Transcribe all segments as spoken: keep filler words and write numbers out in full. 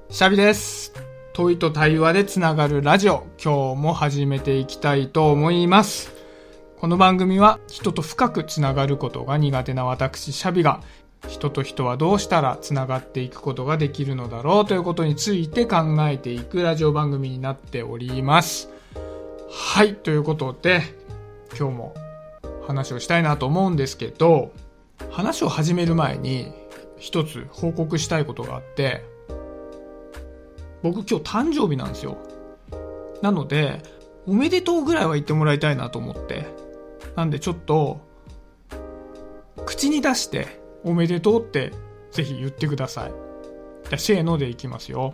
シャビです。問いと対話でつながるラジオ、今日も始めていきたいと思います。この番組は人と深くつながることが苦手な私シャビが、人と人はどうしたらつながっていくことができるのだろうということについて考えていくラジオ番組になっております。はい、ということで今日も話をしたいなと思うんですけど、話を始める前に一つ報告したいことがあって、僕今日誕生日なんですよ。なのでおめでとうぐらいは言ってもらいたいなと思って、なんでちょっと口に出しておめでとうってぜひ言ってください。じゃあせーのでいきますよ。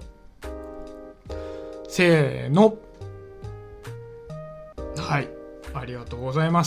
せーの。はい、ありがとうございます。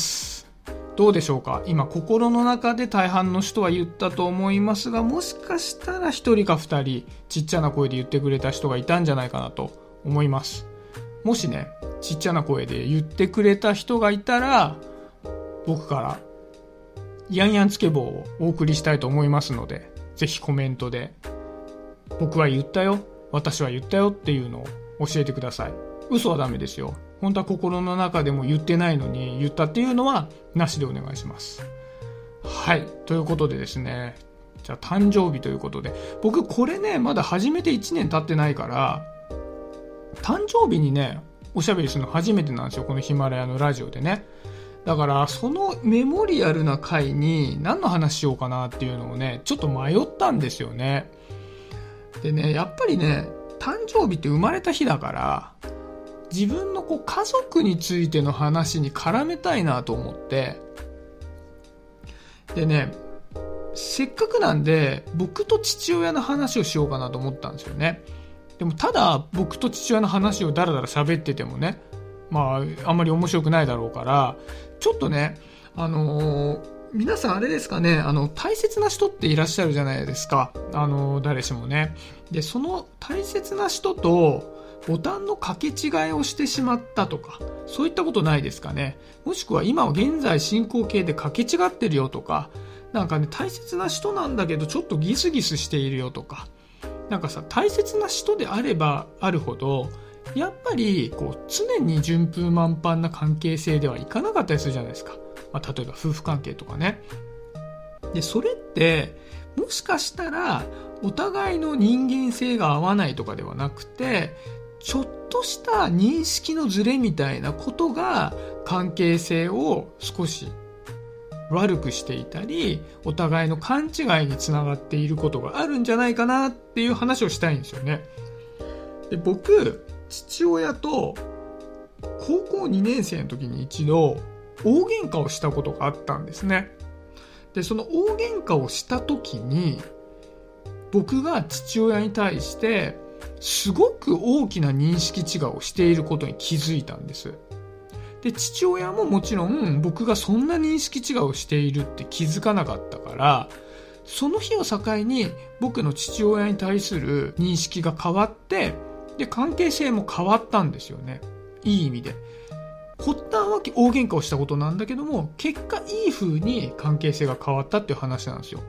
どうでしょうか。今心の中で大半の人は言ったと思いますが、もしかしたら一人か二人ちっちゃな声で言ってくれた人がいたんじゃないかなと思います。もしね、ちっちゃな声で言ってくれた人がいたら、僕からヤンヤンつけ棒をお送りしたいと思いますので、ぜひコメントで僕は言ったよ、私は言ったよっていうのを教えてください。嘘はダメですよ。本当は心の中でも言ってないのに言ったっていうのはなしでお願いします。はい、ということでですね、じゃあ誕生日ということで、僕これねまだ始めていちねん経ってないから、誕生日にねおしゃべりするの初めてなんですよ、このヒマラヤのラジオでね。だからそのメモリアルな回に何の話しようかなっていうのをねちょっと迷ったんですよね。でね、やっぱりね誕生日って生まれた日だから、自分のこう家族についての話に絡めたいなと思って、でね、せっかくなんで僕と父親の話をしようかなと思ったんですよね。でもただ僕と父親の話をダラダラ喋っててもね、まああんまり面白くないだろうから、ちょっとね、あのー、皆さんあれですかね、あの大切な人っていらっしゃるじゃないですか。あのー、誰しもね。でその大切な人とボタンの掛け違いをしてしまったとか、そういったことないですかね。もしくは今は現在進行形で掛け違ってるよとか、なんかね大切な人なんだけどちょっとギスギスしているよとか、なんかさ、大切な人であればあるほどやっぱりこう常に順風満帆な関係性ではいかなかったりするじゃないですか。まあ、例えば夫婦関係とかね。でそれってもしかしたらお互いの人間性が合わないとかではなくて、ちょっとした認識のズレみたいなことが関係性を少し悪くしていたり、お互いの勘違いにつながっていることがあるんじゃないかなっていう話をしたいんですよね。で僕、父親と高校にねん生の時に一度大喧嘩をしたことがあったんですね。でその大喧嘩をした時に、僕が父親に対してすごく大きな認識違いをしていることに気づいたんです。で父親ももちろん僕がそんな認識違いをしているって気づかなかったから、その日を境に僕の父親に対する認識が変わって、で関係性も変わったんですよね。いい意味で。発端は大喧嘩をしたことなんだけども、結果いい風に関係性が変わったっていう話なんですよ。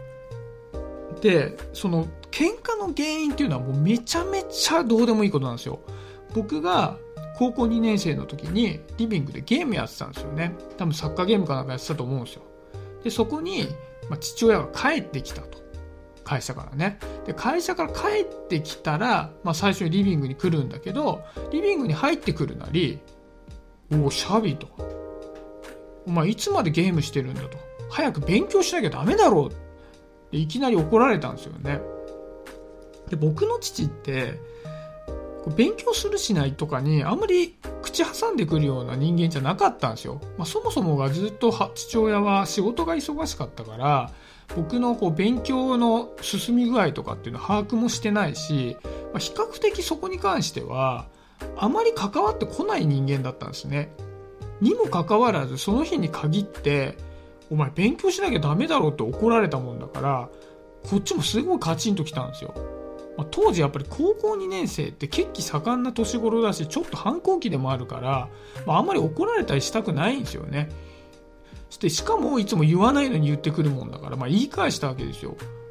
でその喧嘩の原因っていうのはもうめちゃめちゃどうでもいいことなんですよ。僕が高校にねん生の時にリビングでゲームやってたんですよね。多分サッカーゲームかなんかやってたと思うんですよ。でそこに、まあ、父親が帰ってきたと。会社からね。で会社から帰ってきたら、まあ、最初にリビングに来るんだけど、リビングに入ってくるなり、おおシャビと、お前いつまでゲームしてるんだと、早く勉強しなきゃダメだろうっていきなり怒られたんですよね。で僕の父って勉強するしないとかにあんまり口挟んでくるような人間じゃなかったんですよ。まあ、そもそもがずっと父親は仕事が忙しかったから、僕のこう勉強の進み具合とかっていうのを把握もしてないし、まあ、比較的そこに関してはあまり関わってこない人間だったんですね。にもかかわらずその日に限ってお前勉強しなきゃダメだろうって怒られたもんだから、こっちもすごいカチンときたんですよ。まあ、当時やっぱり高校にねん生って血気盛んな年頃だし、ちょっと反抗期でもあるから、まあ、あんまり怒られたりしたくないんですよね。してしかもいつも言わないのに言ってくるもんだから、まあ、言い返したわけですよ。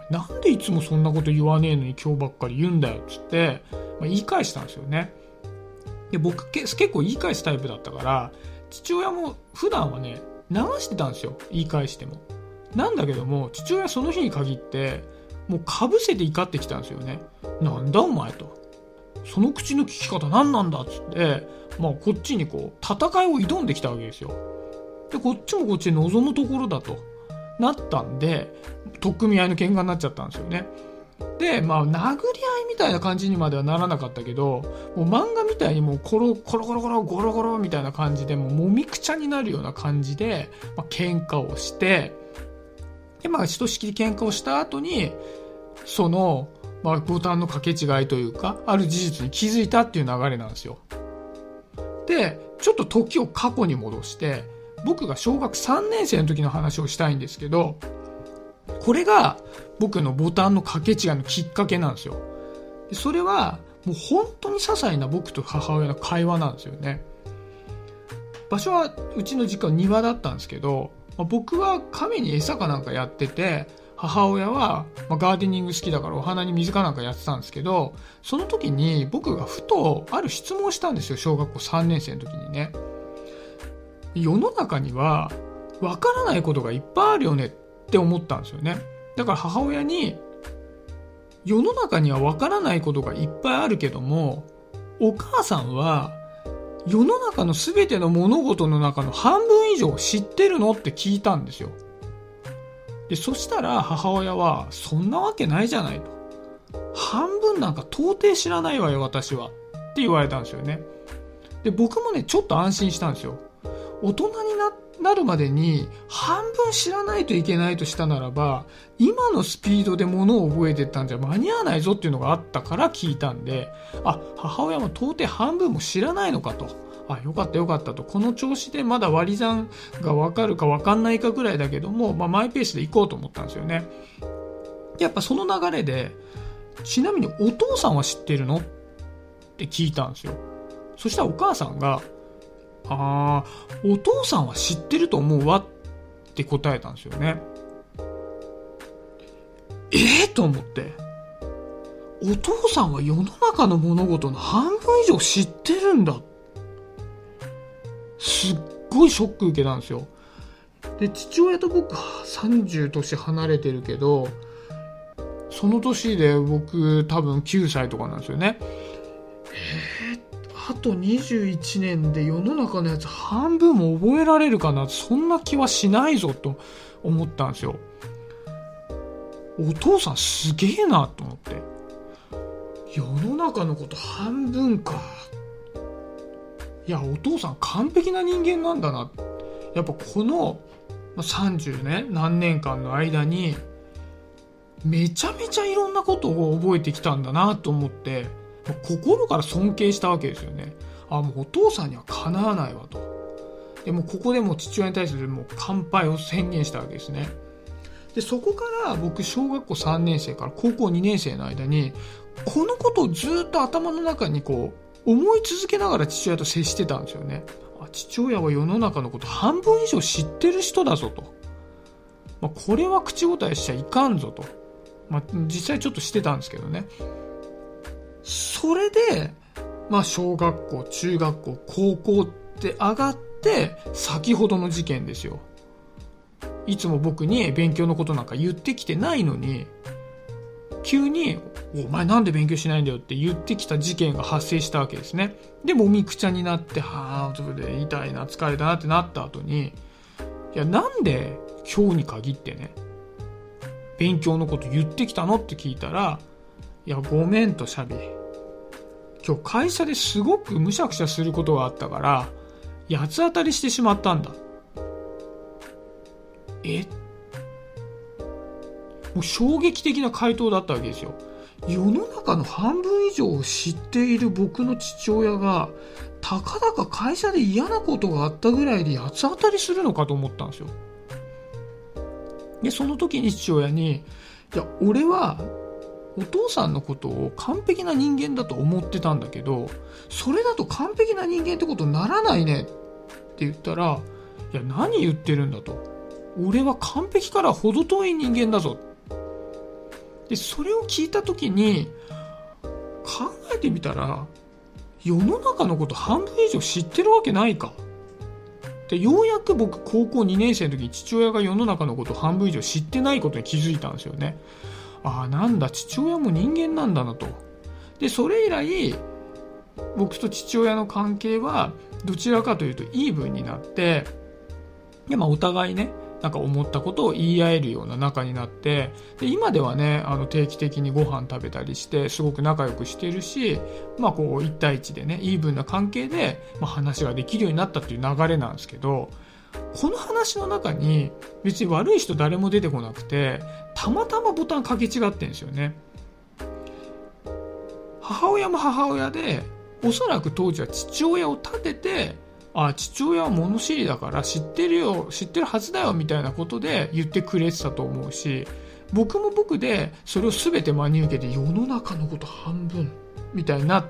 なんでいつもそんなこと言わねえのに今日ばっかり言うんだよっつって、まあ、言い返したんですよね。で僕結構言い返すタイプだったから、父親も普段はね流してたんですよ、言い返しても。なんだけども父親その日に限ってもうかぶせて怒ってきたんですよね。なんだお前と、その口の利き方何なんだっつって、まあ、こっちにこう戦いを挑んできたわけですよ。でこっちもこっちで望むところだとなったんで、取っ組み合いの喧嘩になっちゃったんですよね。でまあ殴り合いみたいな感じにまではならなかったけど、もう漫画みたいにもうコロコロコロコロゴロゴロみたいな感じでもうもみくちゃになるような感じで、まあ、喧嘩をして、でまあひとしきり喧嘩をした後にその、まあ、ボタンの掛け違いというかある事実に気づいたっていう流れなんですよ。でちょっと時を過去に戻して、僕が小学さんねん生の時の話をしたいんですけど、これが僕のボタンの掛け違いのきっかけなんですよ。でそれはもう本当に些細な僕と母親の会話なんですよね。場所はうちの実家の庭だったんですけど、まあ、僕は亀に餌かなんかやってて、母親はまあガーデニング好きだからお花に水かなんかやってたんですけど、その時に僕がふとある質問をしたんですよ、小学校さんねん生の時にね。世の中にはわからないことがいっぱいあるよねって思ったんですよね。だから母親に、世の中にはわからないことがいっぱいあるけども、お母さんは世の中のすべての物事の中の半分以上知ってるのって聞いたんですよ。でそしたら母親は、そんなわけないじゃないと、半分なんか到底知らないわよ私はって言われたんですよね。で僕もねちょっと安心したんですよ。大人に な, なるまでに半分知らないといけないとしたならば、今のスピードで物を覚えてったんじゃ間に合わないぞっていうのがあったから聞いたんで、あ、母親も到底半分も知らないのかと、あ、よかったよかったと、この調子でまだ割り算が分かるか分かんないかぐらいだけども、まあ、マイペースで行こうと思ったんですよね。でやっぱその流れで、ちなみにお父さんは知ってるのって聞いたんですよ。そしたらお母さんが、あー、お父さんは知ってると思うわって答えたんですよね。えーと思って、お父さんは世の中の物事の半分以上知ってるんだ。すっごいショック受けたんですよ。で父親と僕はさんじゅう年離れてるけど、その年で僕多分きゅうさいとかなんですよね。えーあとにじゅういちねんで世の中のやつ半分も覚えられるかな、そんな気はしないぞと思ったんですよ。お父さんすげえなと思って、世の中のこと半分か、いやお父さん完璧な人間なんだな。やっぱこのさんじゅうねん何年間の間にめちゃめちゃいろんなことを覚えてきたんだなと思って、心から尊敬したわけですよね。あ、もうお父さんにはかなわないわと。でもここでもう父親に対するもう乾杯を宣言したわけですね。でそこから僕小学校さんねん生から高校にねん生の間にこのことをずっと頭の中にこう思い続けながら父親と接してたんですよね。あ、父親は世の中のこと半分以上知ってる人だぞと、まあ、これは口答えしちゃいかんぞと、まあ、実際ちょっとしてたんですけどね。それで、まあ、小学校、中学校、高校って上がって先ほどの事件ですよ。いつも僕に勉強のことなんか言ってきてないのに、急にお前なんで勉強しないんだよって言ってきた事件が発生したわけですね。でもみくちゃになって、はぁ、それで痛いな、疲れたなってなった後に、いやなんで今日に限ってね勉強のこと言ってきたのって聞いたら、いやごめんとシャビ、今日会社ですごくむしゃくしゃすることがあったから八つ当たりしてしまったんだ。え、もう衝撃的な回答だったわけですよ。世の中の半分以上を知っている僕の父親がたかだか会社で嫌なことがあったぐらいで八つ当たりするのかと思ったんですよ。でその時に父親に、いや俺はお父さんのことを完璧な人間だと思ってたんだけど、それだと完璧な人間ってことにならないねって言ったら、いや何言ってるんだと、俺は完璧から程遠い人間だぞ。 でそれを聞いた時に考えてみたら、世の中のこと半分以上知ってるわけないか。でようやく僕高校にねん生の時に父親が世の中のこと半分以上知ってないことに気づいたんですよね。ああ、なんだ、父親も人間なんだなと。でそれ以来僕と父親の関係はどちらかというとイーブンになって、で、まあ、お互いねなんか思ったことを言い合えるような仲になって、で今ではねあの定期的にご飯食べたりしてすごく仲良くしているし、まあ、こういち対いちでねイーブンな関係で、まあ、話ができるようになったっていう流れなんですけど、この話の中に別に悪い人誰も出てこなくて、たまたまボタンかけ違ってるんですよね。母親も母親でおそらく当時は父親を立てて、あ、父親は物知りだから知ってるよ知ってるはずだよみたいなことで言ってくれてたと思うし、僕も僕でそれを全て真に受けて世の中のこと半分みたいになって、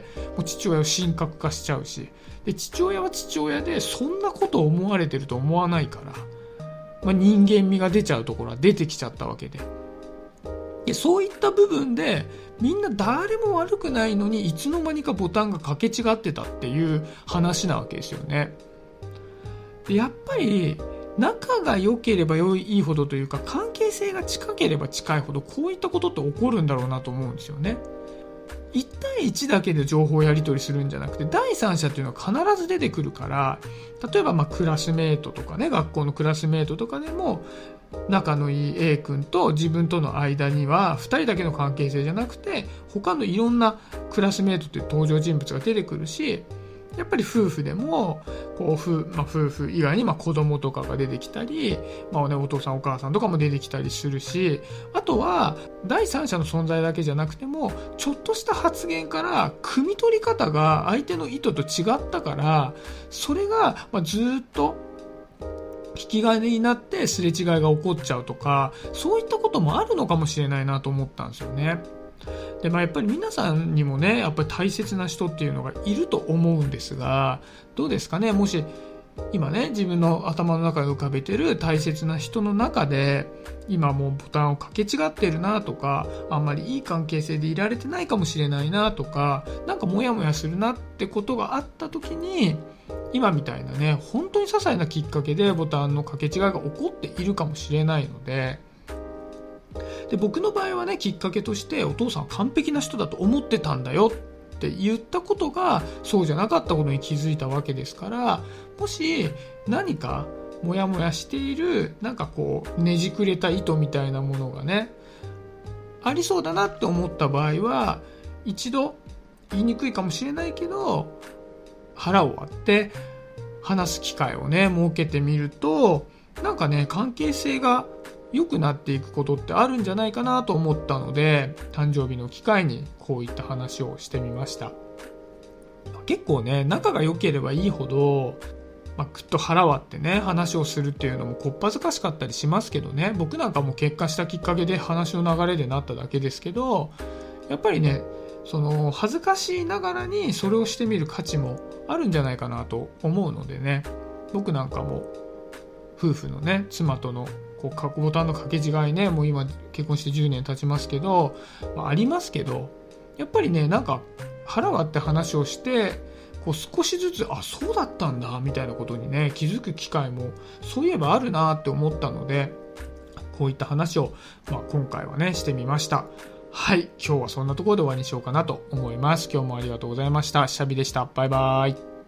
もう父親を神格化しちゃうし、で父親は父親でそんなことを思われてると思わないから、まあ、人間味が出ちゃうところは出てきちゃったわけで、でそういった部分でみんな誰も悪くないのにいつの間にかボタンが掛け違ってたっていう話なわけですよね。でやっぱり仲が良ければ良いほどというか、関係性が近ければ近いほどこういったことって起こるんだろうなと思うんですよね。いち対いちだけで情報をやり取りするんじゃなくて、第三者っていうのは必ず出てくるから、例えばまあクラスメートとかね、学校のクラスメートとかでも仲のいい A 君と自分との間にはふたりだけの関係性じゃなくて、他のいろんなクラスメートという登場人物が出てくるし、やっぱり夫婦でもこう夫、まあ、夫婦以外にまあ子供とかが出てきたり、まあね、お父さんお母さんとかも出てきたりするし、あとは第三者の存在だけじゃなくてもちょっとした発言から汲み取り方が相手の意図と違ったから、それがまあずっと引き金になってすれ違いが起こっちゃうとか、そういったこともあるのかもしれないなと思ったんですよね。で、まあ、やっぱり皆さんにもねやっぱり大切な人っていうのがいると思うんですが、どうですかね、もし今ね自分の頭の中に浮かべてる大切な人の中で今もうボタンをかけ違ってるなとか、あんまりいい関係性でいられてないかもしれないなとか、なんかモヤモヤするなってことがあった時に、今みたいなね本当に些細なきっかけでボタンのかけ違いが起こっているかもしれないので、で僕の場合はねきっかけとしてお父さんは完璧な人だと思ってたんだよって言ったことがそうじゃなかったことに気づいたわけですから、もし何かモヤモヤしているなんかこうねじくれた糸みたいなものがねありそうだなって思った場合は、一度言いにくいかもしれないけど腹を割って話す機会をね設けてみると、なんかね関係性が良くなっていくことってあるんじゃないかなと思ったので、誕生日の機会にこういった話をしてみました。結構ね仲が良ければいいほど、まあ、ぐっと腹割ってね話をするっていうのもこっぱずかしかったりしますけどね、僕なんかも結婚したきっかけで話の流れでなっただけですけど、やっぱりねその恥ずかしいながらにそれをしてみる価値もあるんじゃないかなと思うのでね、僕なんかも夫婦のね妻とのこうボタンの掛け違いね、もう今結婚してじゅうねん経ちますけど、まあ、ありますけど、やっぱりねなんか腹割って話をしてこう少しずつあそうだったんだみたいなことにね気づく機会もそういえばあるなって思ったので、こういった話を、まあ、今回はねしてみました。はい、今日はそんなところで終わりにしようかなと思います。今日もありがとうございました。シャビでした。バイバイ。